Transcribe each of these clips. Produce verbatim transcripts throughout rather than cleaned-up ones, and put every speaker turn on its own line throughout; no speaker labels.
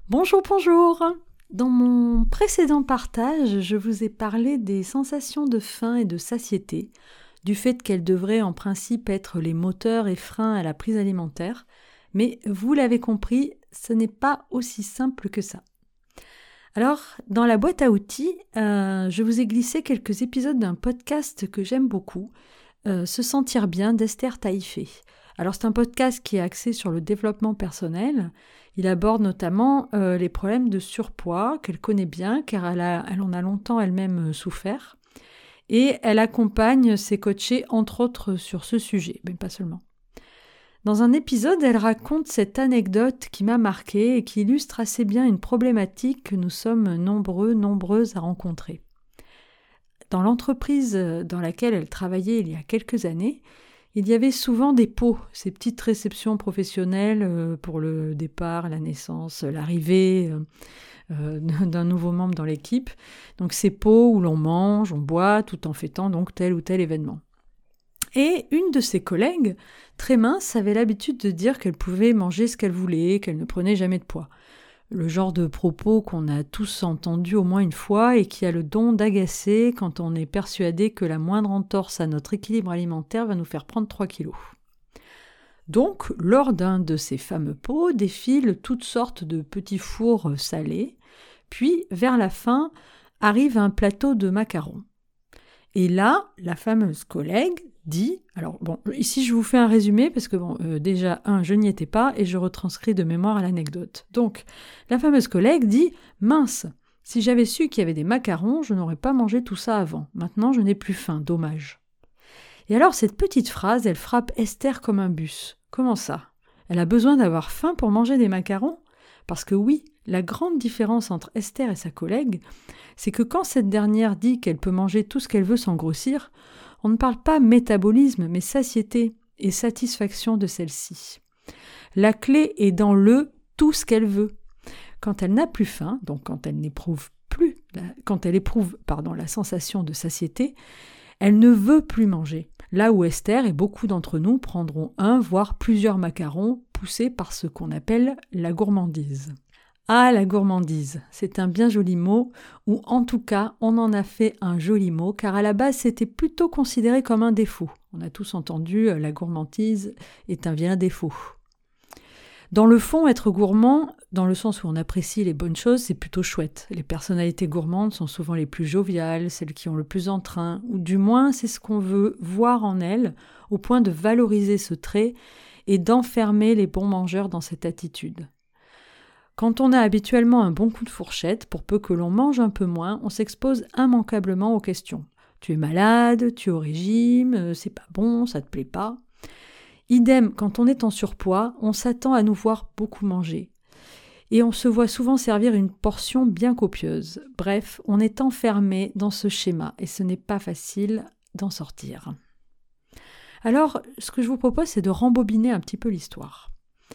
Bonjour, bonjour. Dans mon précédent partage, je vous ai parlé des sensations de faim et de satiété, du fait qu'elles devraient en principe être les moteurs et freins à la prise alimentaire, mais vous l'avez compris, ce n'est pas aussi simple que ça. Alors, dans la boîte à outils, euh, je vous ai glissé quelques épisodes d'un podcast que j'aime beaucoup, euh, Se sentir bien d'Esther Taïfé. Alors c'est un podcast qui est axé sur le développement personnel. Il aborde notamment euh, les problèmes de surpoids qu'elle connaît bien car elle, a, elle en a longtemps elle-même souffert. Et elle accompagne ses coachés entre autres sur ce sujet, mais pas seulement. Dans un épisode, elle raconte cette anecdote qui m'a marquée et qui illustre assez bien une problématique que nous sommes nombreux, nombreuses à rencontrer. Dans l'entreprise dans laquelle elle travaillait il y a quelques années, il y avait souvent des pots, ces petites réceptions professionnelles pour le départ, la naissance, l'arrivée euh, d'un nouveau membre dans l'équipe. Donc ces pots où l'on mange, on boit, tout en fêtant donc tel ou tel événement. Et une de ses collègues, très mince, avait l'habitude de dire qu'elle pouvait manger ce qu'elle voulait, qu'elle ne prenait jamais de poids. Le genre de propos qu'on a tous entendu au moins une fois et qui a le don d'agacer quand on est persuadé que la moindre entorse à notre équilibre alimentaire va nous faire prendre trois kilos. Donc, lors d'un de ces fameux pots, défilent toutes sortes de petits fours salés, puis, vers la fin, arrive un plateau de macarons. Et là, la fameuse collègue dit, alors bon, ici je vous fais un résumé parce que bon, euh, déjà, un, je n'y étais pas et je retranscris de mémoire l'anecdote. Donc, la fameuse collègue dit, mince, si j'avais su qu'il y avait des macarons, je n'aurais pas mangé tout ça avant. Maintenant, je n'ai plus faim, dommage. Et alors, cette petite phrase, elle frappe Esther comme un bus. Comment ça ? Elle a besoin d'avoir faim pour manger des macarons ? Parce que oui, la grande différence entre Esther et sa collègue, c'est que quand cette dernière dit qu'elle peut manger tout ce qu'elle veut sans grossir, on ne parle pas métabolisme, mais satiété et satisfaction de celle-ci. La clé est dans le « tout ce qu'elle veut ». Quand elle n'a plus faim, donc quand elle n'éprouve plus, quand elle éprouve pardon, la sensation de satiété, elle ne veut plus manger. Là où Esther et beaucoup d'entre nous prendront un, voire plusieurs macarons poussés par ce qu'on appelle la gourmandise. Ah, la gourmandise, c'est un bien joli mot, ou en tout cas, on en a fait un joli mot, car à la base, c'était plutôt considéré comme un défaut. On a tous entendu, la gourmandise est un vilain défaut. Dans le fond, être gourmand, dans le sens où on apprécie les bonnes choses, c'est plutôt chouette. Les personnalités gourmandes sont souvent les plus joviales, celles qui ont le plus entrain, ou du moins, c'est ce qu'on veut voir en elles, au point de valoriser ce trait et d'enfermer les bons mangeurs dans cette attitude. Quand on a habituellement un bon coup de fourchette, pour peu que l'on mange un peu moins, on s'expose immanquablement aux questions. Tu es malade, tu es au régime, c'est pas bon, ça te plaît pas. Idem, quand on est en surpoids, on s'attend à nous voir beaucoup manger. Et on se voit souvent servir une portion bien copieuse. Bref, on est enfermé dans ce schéma et ce n'est pas facile d'en sortir. Alors, ce que je vous propose, c'est de rembobiner un petit peu l'histoire.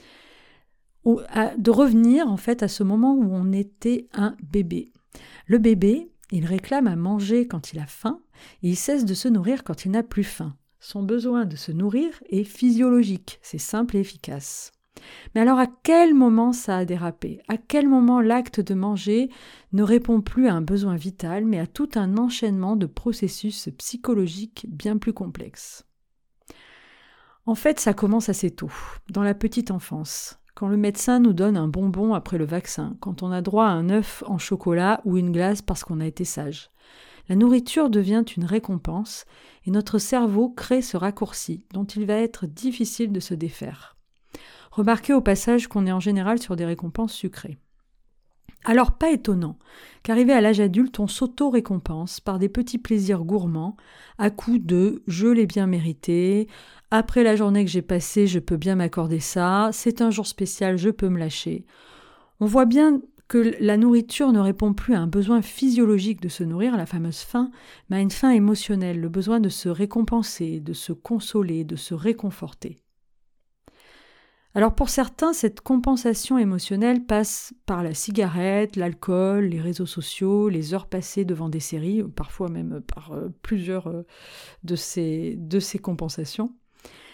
De revenir en fait à ce moment où on était un bébé. Le bébé, il réclame à manger quand il a faim et il cesse de se nourrir quand il n'a plus faim. Son besoin de se nourrir est physiologique, c'est simple et efficace. Mais alors à quel moment ça a dérapé ? À quel moment l'acte de manger ne répond plus à un besoin vital, mais à tout un enchaînement de processus psychologiques bien plus complexes ? En fait, ça commence assez tôt, dans la petite enfance. Quand le médecin nous donne un bonbon après le vaccin, quand on a droit à un œuf en chocolat ou une glace parce qu'on a été sage. La nourriture devient une récompense et notre cerveau crée ce raccourci dont il va être difficile de se défaire. Remarquez au passage qu'on est en général sur des récompenses sucrées. Alors pas étonnant qu'arrivé à l'âge adulte, on s'auto-récompense par des petits plaisirs gourmands à coup de « je l'ai bien mérité », « après la journée que j'ai passée, je peux bien m'accorder ça », « c'est un jour spécial, je peux me lâcher ». On voit bien que la nourriture ne répond plus à un besoin physiologique de se nourrir, la fameuse faim, mais à une faim émotionnelle, le besoin de se récompenser, de se consoler, de se réconforter. Alors pour certains, cette compensation émotionnelle passe par la cigarette, l'alcool, les réseaux sociaux, les heures passées devant des séries, parfois même par euh, plusieurs euh, de ces, de ces compensations.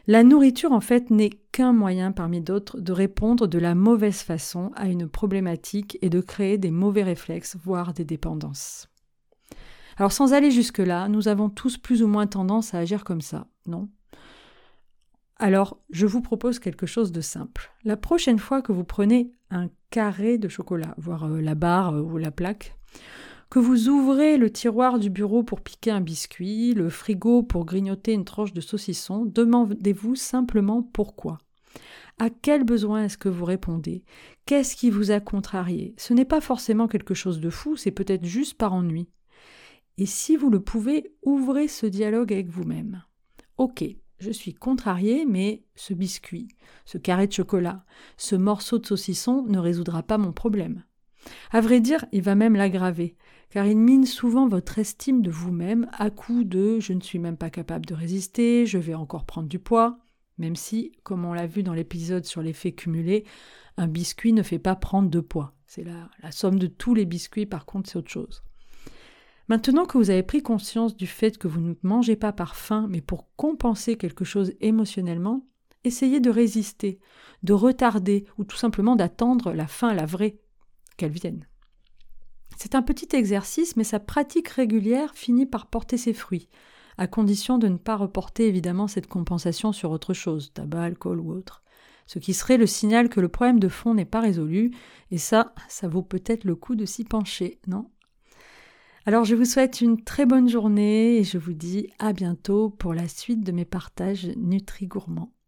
La nourriture, en fait, n'est qu'un moyen parmi d'autres de répondre de la mauvaise façon à une problématique et de créer des mauvais réflexes, voire des dépendances. Alors sans aller jusque-là, nous avons tous plus ou moins tendance à agir comme ça, non ? Alors, je vous propose quelque chose de simple. La prochaine fois que vous prenez un carré de chocolat, voire euh, la barre euh, ou la plaque, que vous ouvrez le tiroir du bureau pour piquer un biscuit, le frigo pour grignoter une tranche de saucisson, demandez-vous simplement pourquoi. À quel besoin est-ce que vous répondez ? Qu'est-ce qui vous a contrarié ? Ce n'est pas forcément quelque chose de fou, c'est peut-être juste par ennui. Et si vous le pouvez, ouvrez ce dialogue avec vous-même. Ok, je suis contrariée, mais ce biscuit, ce carré de chocolat, ce morceau de saucisson ne résoudra pas mon problème. À vrai dire, il va même l'aggraver, car il mine souvent votre estime de vous-même à coup de « je ne suis même pas capable de résister, je vais encore prendre du poids », même si, comme on l'a vu dans l'épisode sur l'effet cumulé, un biscuit ne fait pas prendre de poids. C'est la, la somme de tous les biscuits, par contre, c'est autre chose. Maintenant que vous avez pris conscience du fait que vous ne mangez pas par faim, mais pour compenser quelque chose émotionnellement, essayez de résister, de retarder ou tout simplement d'attendre la faim, la vraie, qu'elle vienne. C'est un petit exercice, mais sa pratique régulière finit par porter ses fruits, à condition de ne pas reporter évidemment cette compensation sur autre chose, tabac, alcool ou autre. Ce qui serait le signal que le problème de fond n'est pas résolu, et ça, ça vaut peut-être le coup de s'y pencher, non ? Alors je vous souhaite une très bonne journée et je vous dis à bientôt pour la suite de mes partages Nutri-Gourmands.